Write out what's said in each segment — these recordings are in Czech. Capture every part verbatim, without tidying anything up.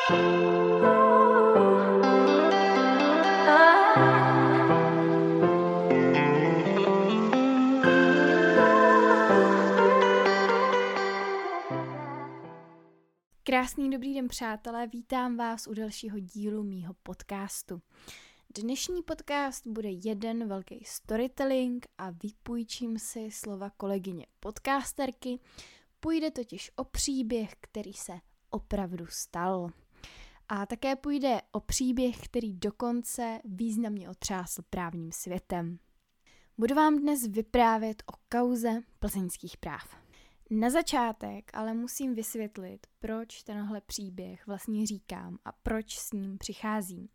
Krásný dobrý den, přátelé, vítám vás u dalšího dílu mýho podcastu. Dnešní podcast bude jeden velký storytelling a vypůjčím si slova kolegyně podcasterky. Půjde totiž o příběh, který se opravdu stal. A také půjde o příběh, který dokonce významně otřásl právním světem. Budu vám dnes vyprávět o kauze plzeňských práv. Na začátek ale musím vysvětlit, proč tenhle příběh vlastně říkám a proč s ním přicházím.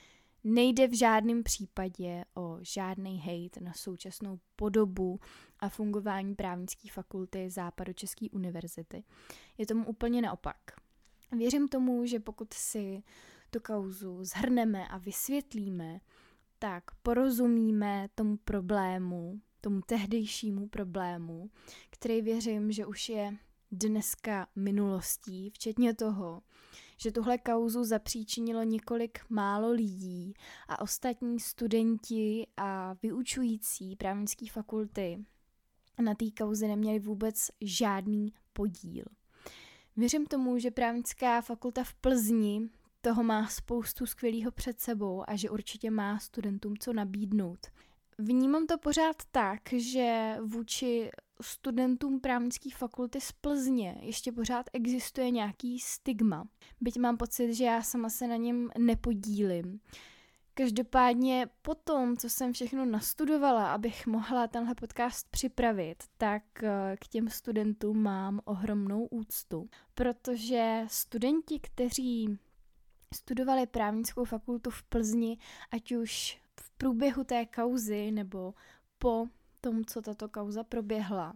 Nejde v žádném případě o žádný hejt na současnou podobu a fungování právnické fakulty Západočeské univerzity. Je tomu úplně naopak. Věřím tomu, že pokud si tu kauzu shrneme a vysvětlíme, tak porozumíme tomu problému, tomu tehdejšímu problému, který věřím, že už je dneska minulostí, včetně toho, že tuhle kauzu zapříčinilo několik málo lidí a ostatní studenti a vyučující právnické fakulty na té kauze neměli vůbec žádný podíl. Věřím tomu, že právnická fakulta v Plzni toho má spoustu skvělého před sebou a že určitě má studentům co nabídnout. Vnímám to pořád tak, že vůči studentům právnické fakulty z Plzně ještě pořád existuje nějaký stigma. Byť mám pocit, že já sama se na něm nepodílím. Každopádně po tom, co jsem všechno nastudovala, abych mohla tenhle podcast připravit, tak k těm studentům mám ohromnou úctu. Protože studenti, kteří studovali právnickou fakultu v Plzni, ať už v průběhu té kauzy nebo po tom, co tato kauza proběhla,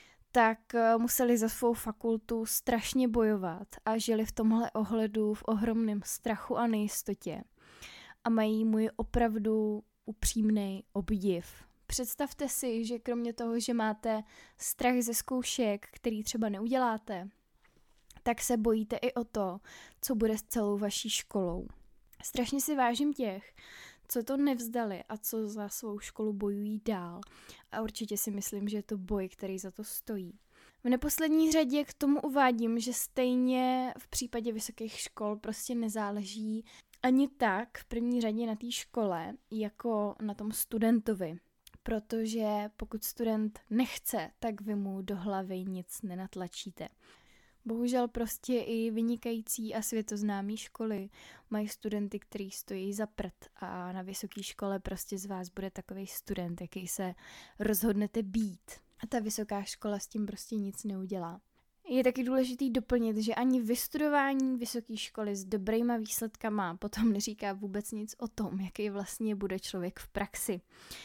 tak museli za svou fakultu strašně bojovat a žili v tomhle ohledu v ohromném strachu a nejistotě. A mají můj opravdu upřímný obdiv. Představte si, že kromě toho, že máte strach ze zkoušek, který třeba neuděláte, tak se bojíte i o to, co bude s celou vaší školou. Strašně si vážím těch, co to nevzdali a co za svou školu bojují dál. A určitě si myslím, že je to boj, který za to stojí. V neposlední řadě k tomu uvádím, že stejně v případě vysokých škol prostě nezáleží ani tak v první řadě na té škole, jako na tom studentovi. Protože pokud student nechce, tak vy mu do hlavy nic nenatlačíte. Bohužel prostě i vynikající a světoznámý školy mají studenty, kteří stojí za prd a na vysoké škole prostě z vás bude takovej student, jaký se rozhodnete být. A ta vysoká škola s tím prostě nic neudělá. Je taky důležitý doplnit, že ani vystudování vysoké školy s dobrýma výsledkama potom neříká vůbec nic o tom, jaký vlastně bude člověk v praxi.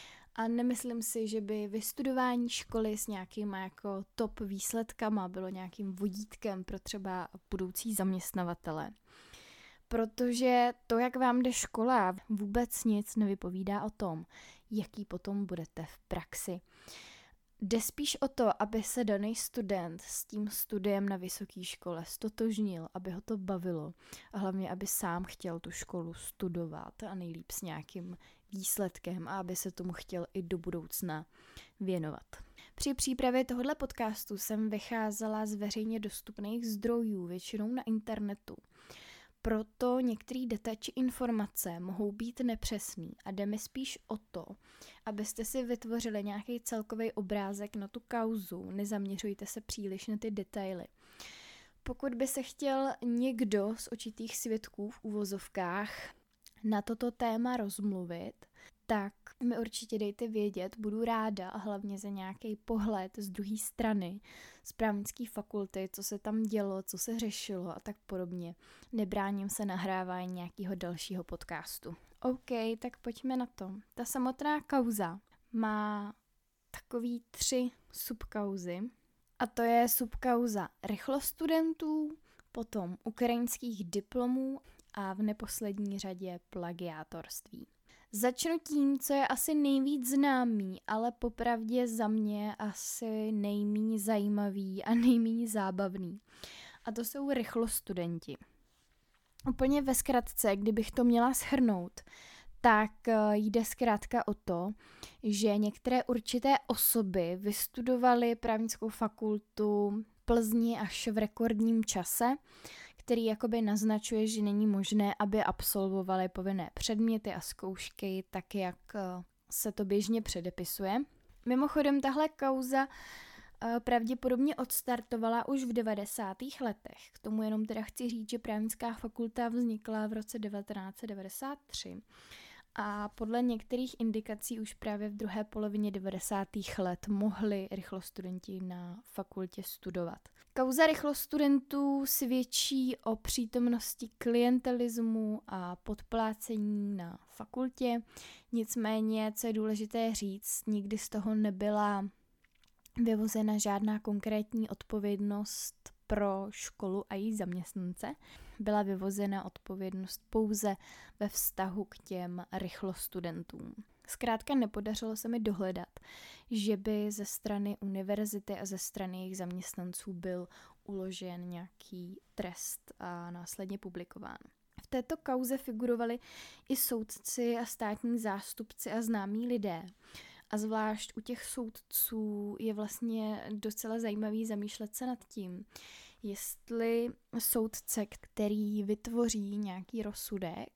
A nemyslím si, že by vystudování školy s nějakýma jako top výsledkama bylo nějakým vodítkem pro třeba budoucí zaměstnavatele. Protože to, jak vám jde škola, vůbec nic nevypovídá o tom, jaký potom budete v praxi. Jde spíš o to, aby se daný student s tím studiem na vysoké škole stotožnil, aby ho to bavilo a hlavně, aby sám chtěl tu školu studovat a nejlíp s nějakým výsledkem a aby se tomu chtěl i do budoucna věnovat. Při přípravě tohoto podcastu jsem vycházela z veřejně dostupných zdrojů, většinou na internetu. Proto některé data či informace mohou být nepřesný a jde mi spíš o to, abyste si vytvořili nějaký celkový obrázek na tu kauzu, nezaměřujte se příliš na ty detaily. Pokud by se chtěl někdo z očitých svědků v uvozovkách na toto téma rozmluvit, tak mi určitě dejte vědět, budu ráda a hlavně za nějaký pohled z druhé strany, z právnické fakulty, co se tam dělo, co se řešilo a tak podobně. Nebráním se nahrávání nějakého dalšího podcastu. OK, tak pojďme na to. Ta samotná kauza má takový tři subkauzy a to je subkauza rychlostudentů, potom ukrajinských diplomů a v neposlední řadě plagiátorství. Začnu tím, co je asi nejvíc známý, ale popravdě za mě asi nejméně zajímavý a nejméně zábavný. A to jsou rychlostudenti. Úplně ve zkratce, kdybych to měla shrnout, tak jde zkrátka o to, že některé určité osoby vystudovaly právnickou fakultu v Plzni až v rekordním čase, který jakoby naznačuje, že není možné, aby absolvovali povinné předměty a zkoušky tak, jak se to běžně předepisuje. Mimochodem, tahle kauza pravděpodobně odstartovala už v devadesátých letech. K tomu jenom teda chci říct, že právnická fakulta vznikla v roce devatenáct set devadesát tři a podle některých indikací už právě v druhé polovině devadesátých let mohli rychlostudenti na fakultě studovat. Kauza rychlostudentů svědčí o přítomnosti klientelismu a podplácení na fakultě, nicméně, co je důležité říct, nikdy z toho nebyla vyvozena žádná konkrétní odpovědnost pro školu a její zaměstnance. Byla vyvozena odpovědnost pouze ve vztahu k těm rychlostudentům. Zkrátka nepodařilo se mi dohledat, že by ze strany univerzity a ze strany jejich zaměstnanců byl uložen nějaký trest a následně publikován. V této kauze figurovali i soudci a státní zástupci a známí lidé. A zvlášť u těch soudců je vlastně docela zajímavý zamýšlet se nad tím, jestli soudce, který vytvoří nějaký rozsudek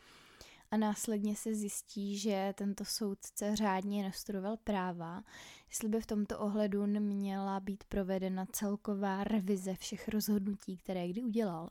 a následně se zjistí, že tento soudce řádně nestudoval práva, jestli by v tomto ohledu neměla být provedena celková revize všech rozhodnutí, které kdy udělal.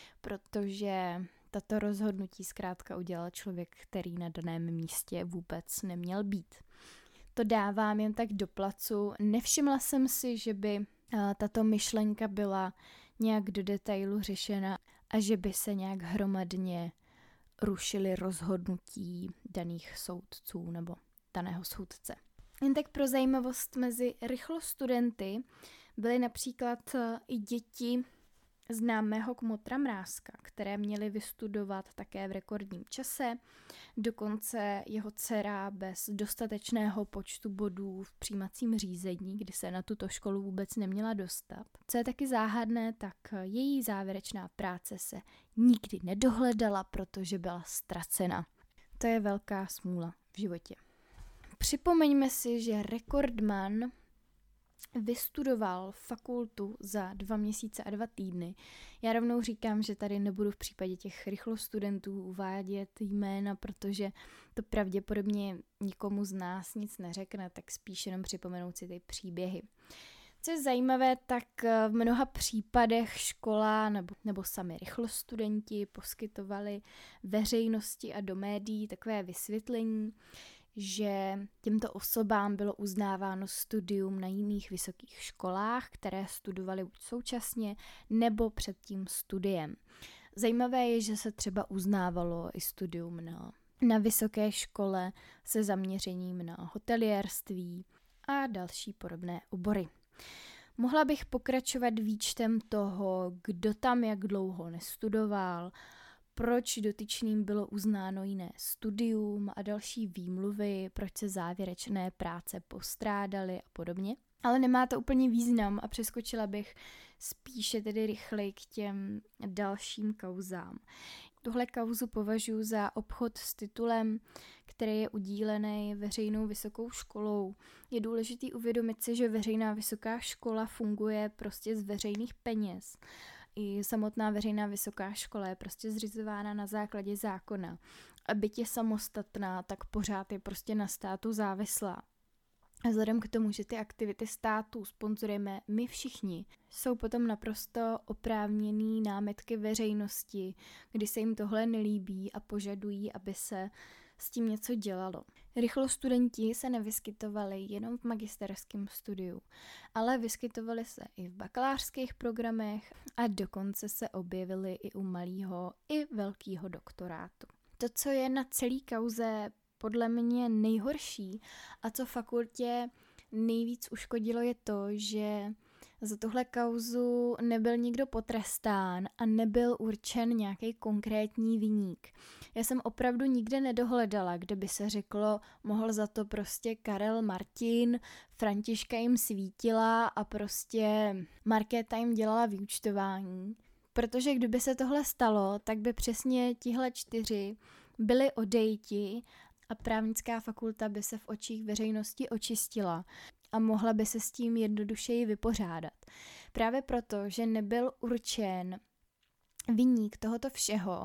Protože tato rozhodnutí zkrátka udělal člověk, který na daném místě vůbec neměl být. To dávám jen tak do placu. Nevšimla jsem si, že by tato myšlenka byla nějak do detailu řešena a že by se nějak hromadně rušily rozhodnutí daných soudců nebo daného soudce. Jen tak pro zajímavost, mezi rychlostudenty byly například i děti známého kmotra Mrázka, které měly vystudovat také v rekordním čase, dokonce jeho dcera bez dostatečného počtu bodů v přijímacím řízení, kdy se na tuto školu vůbec neměla dostat. Co je taky záhadné, tak její závěrečná práce se nikdy nedohledala, protože byla ztracena. To je velká smůla v životě. Připomeňme si, že rekordman vystudoval fakultu za dva měsíce a dva týdny. Já rovnou říkám, že tady nebudu v případě těch rychlostudentů uvádět jména, protože to pravděpodobně nikomu z nás nic neřekne, tak spíš jenom připomenout si ty příběhy. Co je zajímavé, tak v mnoha případech škola nebo, nebo sami rychlostudenti poskytovali veřejnosti a do médií takové vysvětlení, že těmto osobám bylo uznáváno studium na jiných vysokých školách, které studovali buď současně nebo před tím studiem. Zajímavé je, že se třeba uznávalo i studium na, na vysoké škole se zaměřením na hotelierství a další podobné obory. Mohla bych pokračovat výčtem toho, kdo tam jak dlouho nestudoval, proč dotyčným bylo uznáno jiné studium a další výmluvy, proč se závěrečné práce postrádaly a podobně. Ale nemá to úplně význam a přeskočila bych spíše tedy rychleji k těm dalším kauzám. Tuhle kauzu považuji za obchod s titulem, který je udílený veřejnou vysokou školou. Je důležitý uvědomit si, že veřejná vysoká škola funguje prostě z veřejných peněz. I samotná veřejná vysoká škola je prostě zřizována na základě zákona. A byť je samostatná, tak pořád je prostě na státu závislá. A vzhledem k tomu, že ty aktivity státu sponzorujeme my všichni, jsou potom naprosto oprávněný námitky veřejnosti, kdy se jim tohle nelíbí a požadují, aby se s tím něco dělalo. Rychlostudenti se nevyskytovali jenom v magisterském studiu, ale vyskytovali se i v bakalářských programech a dokonce se objevili i u malého i velkého doktorátu. To, co je na celý kauze podle mě nejhorší a co fakultě nejvíc uškodilo, je to, že za tuhle kauzu nebyl nikdo potrestán a nebyl určen nějaký konkrétní viník. Já jsem opravdu nikde nedohledala, kde by se řeklo, mohl za to prostě Karel Martin, Františka jim svítila a prostě Markéta jim dělala vyúčtování. Protože kdyby se tohle stalo, tak by přesně tihle čtyři byli odejti a právnická fakulta by se v očích veřejnosti očistila a mohla by se s tím jednodušeji vypořádat. Právě proto, že nebyl určen viník tohoto všeho,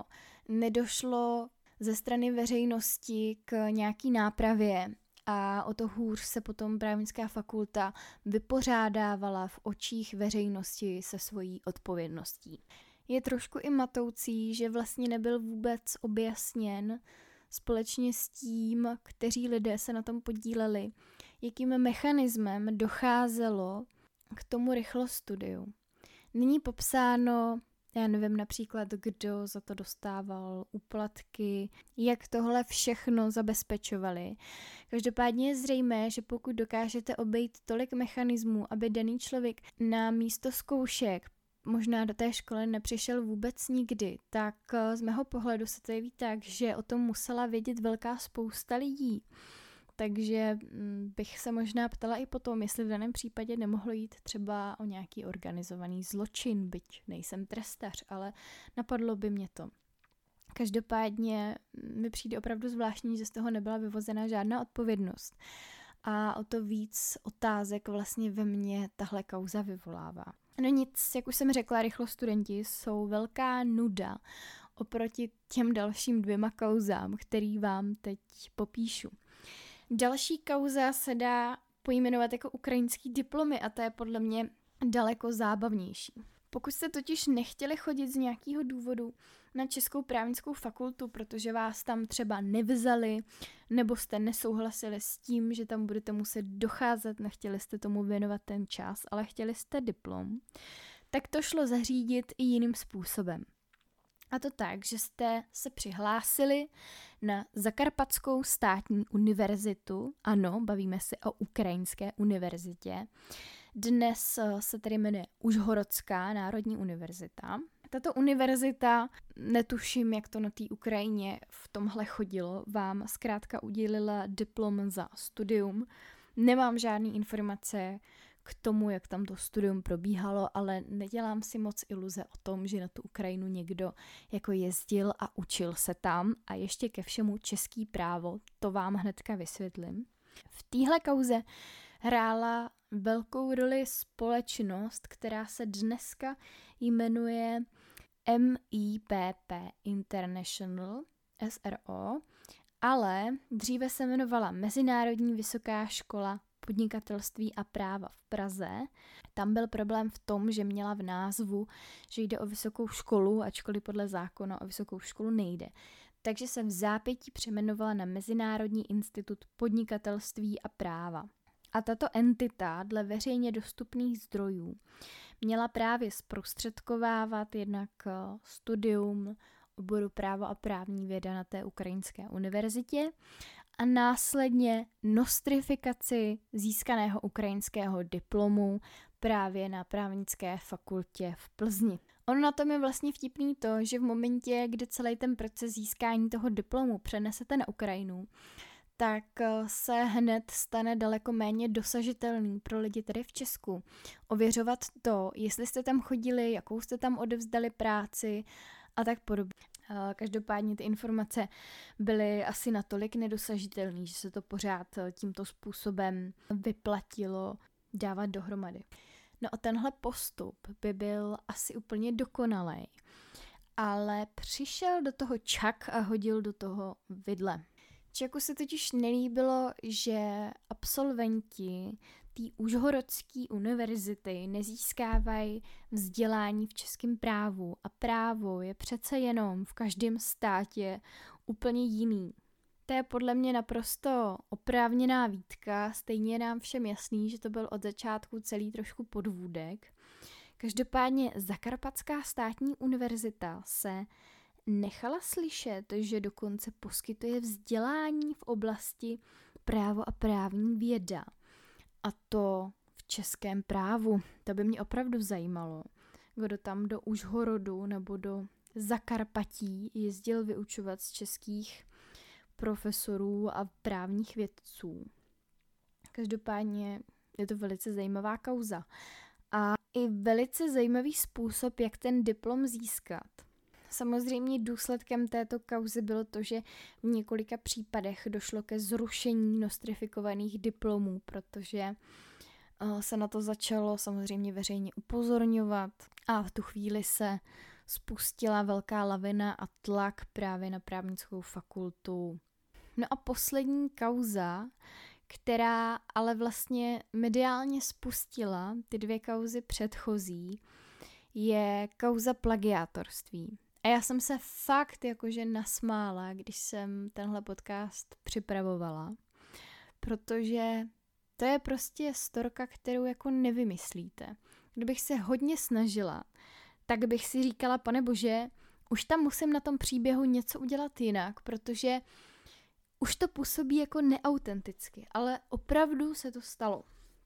nedošlo ze strany veřejnosti k nějaký nápravě a o to hůř se potom právnická fakulta vypořádávala v očích veřejnosti se svojí odpovědností. Je trošku i matoucí, že vlastně nebyl vůbec objasněn společně s tím, kteří lidé se na tom podíleli, jakým mechanismem docházelo k tomu rychlostudiu. Není popsáno, já nevím například, kdo za to dostával úplatky, jak tohle všechno zabezpečovali. Každopádně je zřejmé, že pokud dokážete obejít tolik mechanismů, aby daný člověk na místo zkoušek možná do té školy nepřišel vůbec nikdy, tak z mého pohledu se to jeví tak, že o tom musela vědět velká spousta lidí. Takže bych se možná ptala i potom, jestli v daném případě nemohlo jít třeba o nějaký organizovaný zločin, byť nejsem trestař, ale napadlo by mě to. Každopádně mi přijde opravdu zvláštní, že z toho nebyla vyvozena žádná odpovědnost. A o to víc otázek vlastně ve mně tahle kauza vyvolává. No nic, jak už jsem řekla, rychlostudenti jsou velká nuda oproti těm dalším dvěma kauzám, který vám teď popíšu. Další kauza se dá pojmenovat jako ukrajinský diplomy a to je podle mě daleko zábavnější. Pokud jste totiž nechtěli chodit z nějakého důvodu na Českou právnickou fakultu, protože vás tam třeba nevzali, nebo jste nesouhlasili s tím, že tam budete muset docházet, nechtěli jste tomu věnovat ten čas, ale chtěli jste diplom, tak to šlo zařídit i jiným způsobem. A to tak, že jste se přihlásili na Zakarpatskou státní univerzitu. Ano, bavíme se o Ukrajinské univerzitě. Dnes se tedy jmenuje Užhorodská národní univerzita. Tato univerzita, netuším, jak to na té Ukrajině v tomhle chodilo, vám zkrátka udělila diplom za studium. Nemám žádné informace k tomu, jak tam to studium probíhalo, ale nedělám si moc iluze o tom, že na tu Ukrajinu někdo jako jezdil a učil se tam a ještě ke všemu český právo, to vám hnedka vysvětlím. V téhle kauze hrála velkou roli společnost, která se dneska jmenuje M I P P International, S R O, ale dříve se jmenovala Mezinárodní vysoká škola podnikatelství a práva v Praze. Tam byl problém v tom, že měla v názvu, že jde o vysokou školu, ačkoliv podle zákona o vysokou školu nejde. Takže se v zápětí přejmenovala na Mezinárodní institut podnikatelství a práva. A tato entita dle veřejně dostupných zdrojů měla právě zprostředkovávat jednak studium oboru právo a právní věda na té Ukrajinské univerzitě a následně nostrifikaci získaného ukrajinského diplomu právě na právnické fakultě v Plzni. Ono na tom je vlastně vtipný to, že v momentě, kdy celý ten proces získání toho diplomu přenesete na Ukrajinu, tak se hned stane daleko méně dosažitelný pro lidi tady v Česku. Ověřovat to, jestli jste tam chodili, jakou jste tam odevzdali práci a tak podobně. Každopádně ty informace byly asi natolik nedosažitelné, že se to pořád tímto způsobem vyplatilo dávat dohromady. No a tenhle postup by byl asi úplně dokonalej, ale přišel do toho Čak a hodil do toho vidle. Čaku se totiž nelíbilo, že absolventi té Užhorodské univerzity nezískávají vzdělání v českém právu a právo je přece jenom v každém státě úplně jiný. To je podle mě naprosto oprávněná výtka, stejně je nám všem jasný, že to byl od začátku celý trošku podvůdek. Každopádně Zakarpatská státní univerzita se nechala slyšet, že dokonce poskytuje vzdělání v oblasti právo a právní věda. A to v českém právu. To by mě opravdu zajímalo, kdo tam do Užhorodu nebo do Zakarpatí jezdil vyučovat z českých profesorů a právních vědců. Každopádně je to velice zajímavá kauza. a i velice zajímavý způsob, jak ten diplom získat. Samozřejmě důsledkem této kauzy bylo to, že v několika případech došlo ke zrušení nostrifikovaných diplomů, protože se na to začalo samozřejmě veřejně upozorňovat a v tu chvíli se spustila velká lavina a tlak právě na právnickou fakultu. No a poslední kauza, která ale vlastně mediálně spustila ty dvě kauzy předchozí, je kauza plagiátorství. A já jsem se fakt jakože nasmála, když jsem tenhle podcast připravovala, protože to je prostě storka, kterou jako nevymyslíte. Kdybych se hodně snažila, tak bych si říkala, pane bože, už tam musím na tom příběhu něco udělat jinak, protože už to působí jako neautenticky, ale opravdu se to stalo.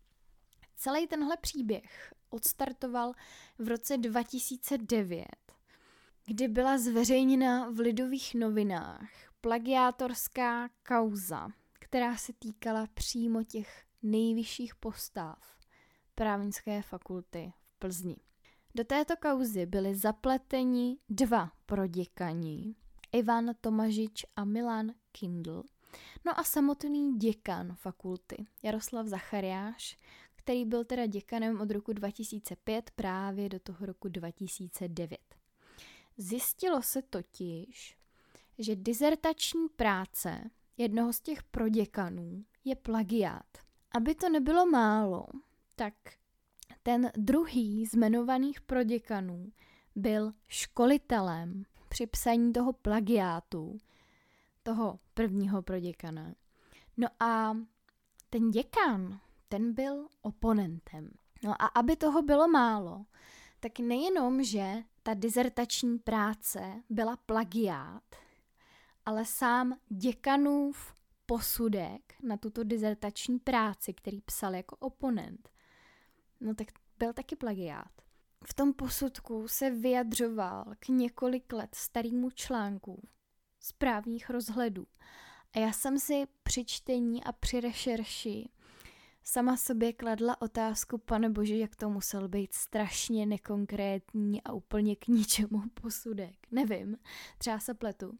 Celý tenhle příběh odstartoval v roce dva tisíce devět, kdy byla zveřejněna v Lidových novinách plagiátorská kauza, která se týkala přímo těch nejvyšších postav právnické fakulty v Plzni. Do této kauzy byli zapleteni dva proděkani, Ivan Tomažič a Milan Kindl, no a samotný děkan fakulty, Jaroslav Zachariáš, který byl teda děkanem od roku dva tisíce pět právě do toho roku dva tisíce devět. Zjistilo se totiž, že dizertační práce jednoho z těch proděkanů je plagiát. Aby to nebylo málo, tak ten druhý z jmenovaných proděkanů byl školitelem při psaní toho plagiátu, toho prvního proděkana. No a ten děkan, ten byl oponentem. No a aby toho bylo málo, tak nejenom, že ta dizertační práce byla plagiát, ale sám děkanův posudek na tuto dizertační práci, který psal jako oponent, no tak byl taky plagiát. V tom posudku se vyjadřoval k několik let starýmu článku z právních rozhledů. A já jsem si při čtení a při rešerši sama sobě kladla otázku, pane bože, jak to musel být strašně nekonkrétní a úplně k ničemu posudek. Nevím, třeba se pletu.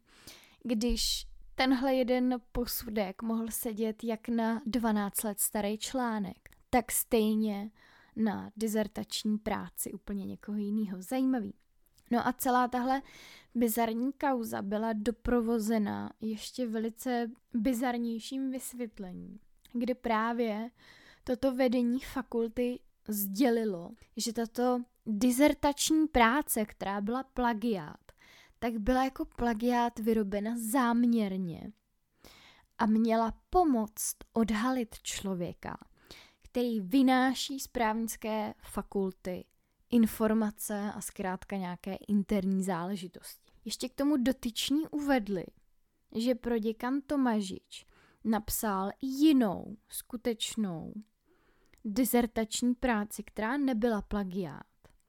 Když tenhle jeden posudek mohl sedět jak na dvanáct let starý článek, tak stejně na dizertační práci úplně někoho jiného. Zajímavý. No a celá tahle bizarní kauza byla doprovozena ještě velice bizarnějším vysvětlením, kdy právě toto vedení fakulty sdělilo, že tato dizertační práce, která byla plagiát, tak byla jako plagiát vyrobena záměrně a měla pomoct odhalit člověka, který vynáší z právnické fakulty informace a zkrátka nějaké interní záležitosti. Ještě k tomu dotyční uvedli, že proděkan Tomažič napsal jinou, skutečnou dizertační práci, která nebyla plagiát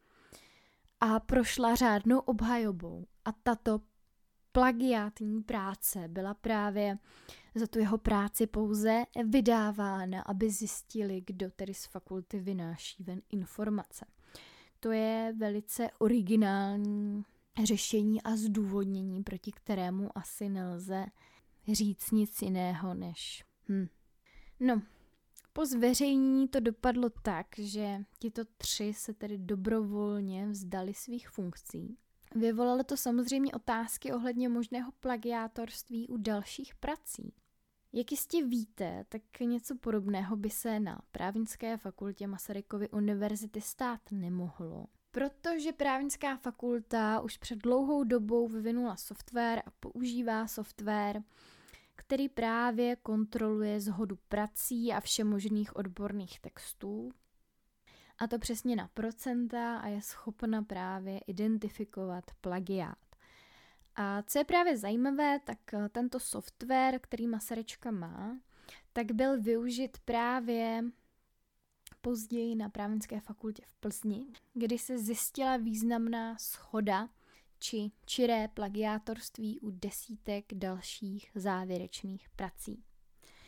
a prošla řádnou obhajobou. A tato plagiátní práce byla právě za tu jeho práci pouze vydávána, aby zjistili, kdo tedy z fakulty vynáší ven informace. To je velice originální řešení a zdůvodnění, proti kterému asi nelze říct nic jiného než hm. No, po zveřejnění to dopadlo tak, že tito tři se tedy dobrovolně vzdali svých funkcí. Vyvolalo to samozřejmě otázky ohledně možného plagiátorství u dalších prací. Jak jistě víte, tak něco podobného by se na právnické fakultě Masarykovy univerzity stát nemohlo, protože právnická fakulta už před dlouhou dobou vyvinula software a používá software, který právě kontroluje shodu prací a všemožných odborných textů, a to přesně na procenta, a je schopna právě identifikovat plagiát. A co je právě zajímavé, tak tento software, který Masaryčka má, tak byl využit právě později na právnické fakultě v Plzni, kdy se zjistila významná shoda či čiré plagiátorství u desítek dalších závěrečných prací.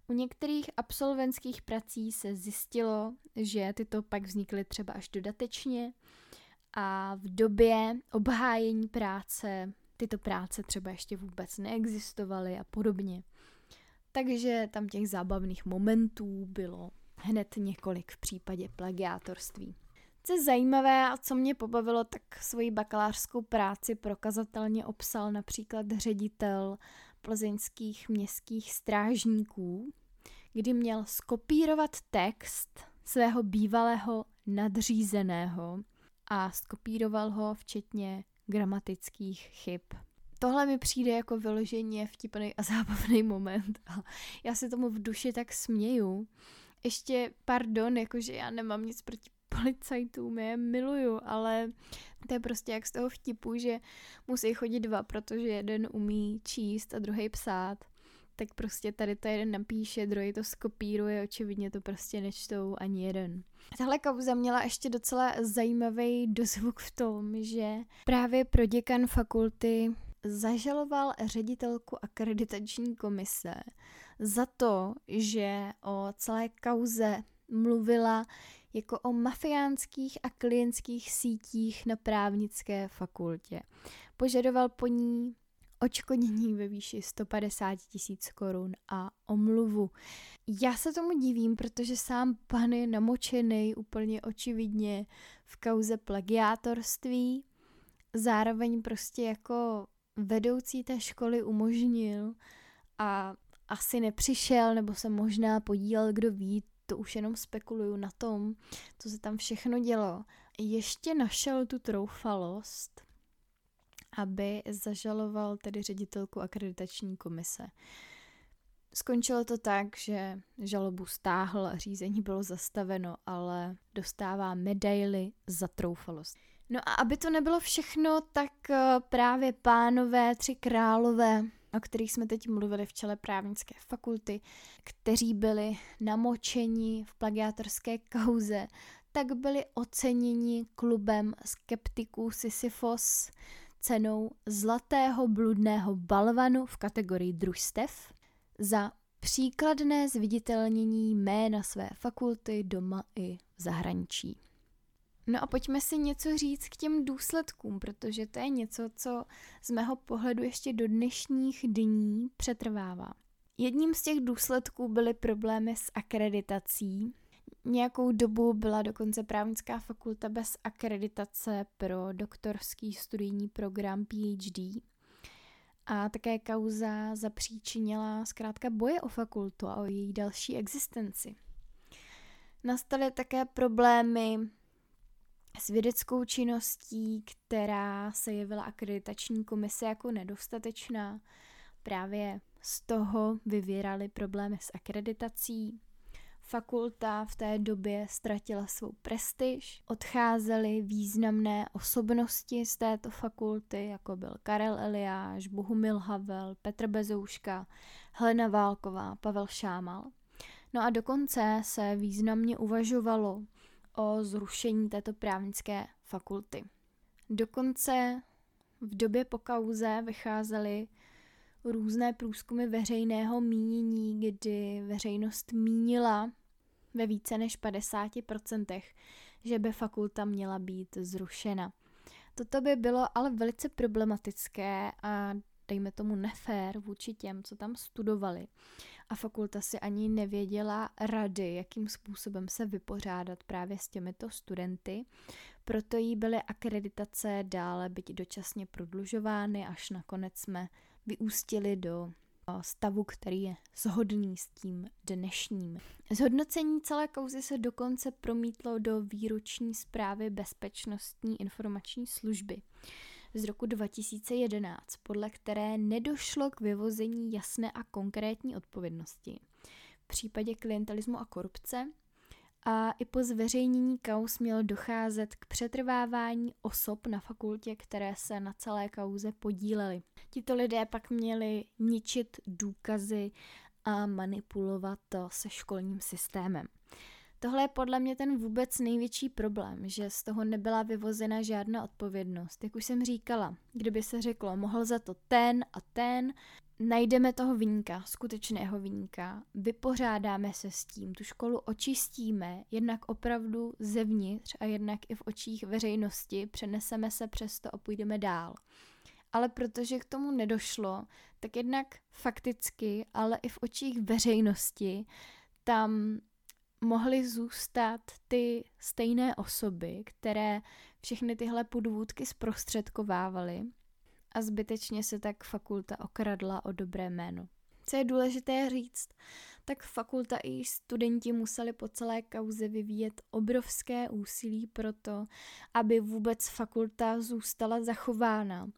U některých absolventských prací se zjistilo, že tyto pak vznikly třeba až dodatečně a v době obhájení práce tyto práce třeba ještě vůbec neexistovaly a podobně. Takže tam těch zábavných momentů bylo hned několik v případě plagiátorství. Co je zajímavé a co mě pobavilo, tak svoji bakalářskou práci prokazatelně obsal například ředitel plzeňských městských strážníků, kdy měl skopírovat text svého bývalého nadřízeného a skopíroval ho včetně gramatických chyb. Tohle mi přijde jako vyloženě vtipný a zábavný moment a já se tomu v duši tak směju. Ještě, pardon, jakože já nemám nic proti policajtům, já je miluju, ale to je prostě jak z toho vtipu, že musí chodit dva, protože jeden umí číst a druhý psát. Tak prostě tady to jeden napíše, druhý to skopíruje, očividně to prostě nečtou ani jeden. Tahle kauza měla ještě docela zajímavý dozvuk v tom, že právě proděkan fakulty zažaloval ředitelku akreditační komise za to, že o celé kauze mluvila jako o mafiánských a klientských sítích na právnické fakultě. Požadoval po ní odškodnění ve výši sto padesát tisíc korun a omluvu. Já se tomu divím, protože sám pan je namočený úplně očividně v kauze plagiátorství. Zároveň prostě jako vedoucí té školy umožnil a asi nepřišel, nebo se možná podílel, kdo ví, to už jenom spekuluju na tom, co se tam všechno dělo. Ještě našel tu troufalost, aby zažaloval tedy ředitelku akreditační komise. Skončilo to tak, že žalobu stáhl a řízení bylo zastaveno, ale dostává medaili za troufalost. No a aby to nebylo všechno, tak právě pánové, tři králové, o kterých jsme teď mluvili v čele právnické fakulty, kteří byli namočeni v plagiátorské kauze, tak byli oceněni klubem skeptiků Sisyfos cenou zlatého bludného balvanu v kategorii družstev za příkladné zviditelnění jména své fakulty doma i v zahraničí. No a pojďme si něco říct k těm důsledkům, protože to je něco, co z mého pohledu ještě do dnešních dní přetrvává. Jedním z těch důsledků byly problémy s akreditací. Nějakou dobu byla dokonce právnická fakulta bez akreditace pro doktorský studijní program P H D. A také kauza zapříčinila zkrátka boje o fakultu a o její další existenci. Nastaly také problémy s vědeckou činností, která se jevila akreditační komise jako nedostatečná. Právě z toho vyvíraly problémy s akreditací. Fakulta v té době ztratila svou prestiž, odcházely významné osobnosti z této fakulty, jako byl Karel Eliáš, Bohumil Havel, Petr Bezouška, Helena Válková, Pavel Šámal. No a dokonce se významně uvažovalo o zrušení této právnické fakulty. Dokonce v době po kauze vycházely různé průzkumy veřejného mínění, kdy veřejnost mínila ve více než padesát procent, že by fakulta měla být zrušena. Toto by bylo ale velice problematické a dejme tomu nefér vůči těm, co tam studovali. A fakulta si ani nevěděla rady, jakým způsobem se vypořádat právě s těmito studenty. Proto jí byly akreditace dále byť dočasně prodlužovány, až nakonec jsme vyústili do stavu, který je shodný s tím dnešním. Zhodnocení celé kauzy se dokonce promítlo do výroční zprávy Bezpečnostní informační služby z roku dva tisíce jedenáct, podle které nedošlo k vyvození jasné a konkrétní odpovědnosti v případě klientelismu a korupce a i po zveřejnění kauz mělo docházet k přetrvávání osob na fakultě, které se na celé kauze podílely. Tito lidé pak měli ničit důkazy a manipulovat se školním systémem. Tohle je podle mě ten vůbec největší problém, že z toho nebyla vyvozena žádná odpovědnost. Jak už jsem říkala, kdyby se řeklo, mohl za to ten a ten, najdeme toho viníka, skutečného viníka, vypořádáme se s tím, tu školu očistíme, jednak opravdu zevnitř a jednak i v očích veřejnosti, přeneseme se přes to a půjdeme dál. Ale protože k tomu nedošlo, tak jednak fakticky, ale i v očích veřejnosti tam mohly zůstat ty stejné osoby, které všechny tyhle podvůdky zprostředkovávaly a zbytečně se tak fakulta okradla o dobré jméno. Co je důležité říct, tak fakulta i studenti museli po celé kauze vyvíjet obrovské úsilí pro to, aby vůbec fakulta zůstala zachována.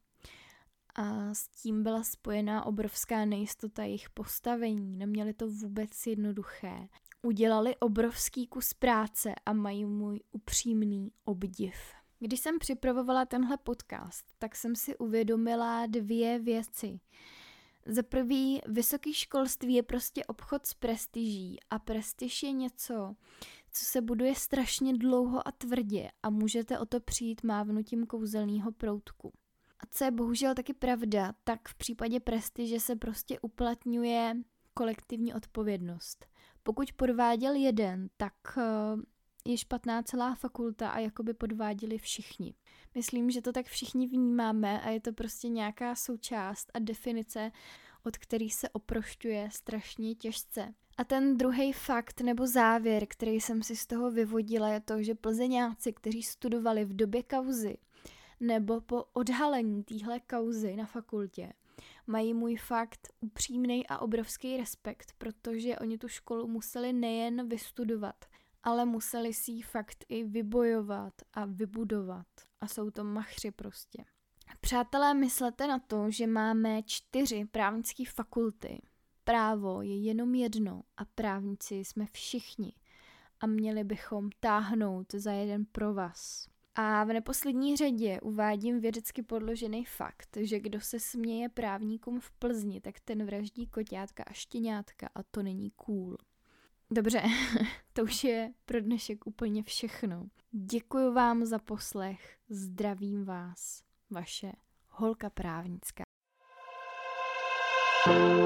A s tím byla spojená obrovská nejistota jejich postavení, neměli to vůbec jednoduché. Udělali obrovský kus práce a mají můj upřímný obdiv. Když jsem připravovala tenhle podcast, tak jsem si uvědomila dvě věci. Za prvý, vysoké školství je prostě obchod s prestiží a prestiž je něco, co se buduje strašně dlouho a tvrdě a můžete o to přijít mávnutím kouzelného proutku. A co je bohužel taky pravda, tak v případě prestiže se prostě uplatňuje kolektivní odpovědnost. Pokud podváděl jeden, tak je špatná celá fakulta a jakoby podváděli všichni. Myslím, že to tak všichni vnímáme a je to prostě nějaká součást a definice, od který se oprošťuje strašně těžce. A ten druhý fakt nebo závěr, který jsem si z toho vyvodila, je to, že plzeňáci, kteří studovali v době kauzy nebo po odhalení téhle kauzy na fakultě, mají můj fakt upřímnej a obrovský respekt, protože oni tu školu museli nejen vystudovat, ale museli si ji fakt i vybojovat a vybudovat. A jsou to machři prostě. Přátelé, myslete na to, že máme čtyři právnické fakulty. Právo je jenom jedno a právníci jsme všichni. A měli bychom táhnout za jeden provaz. A v neposlední řadě uvádím vědecky podložený fakt, že kdo se směje právníkům v Plzni, tak ten vraždí koťátka a štěňátka a to není cool. Dobře, to už je pro dnešek úplně všechno. Děkuji vám za poslech, zdravím vás, vaše holka právnická.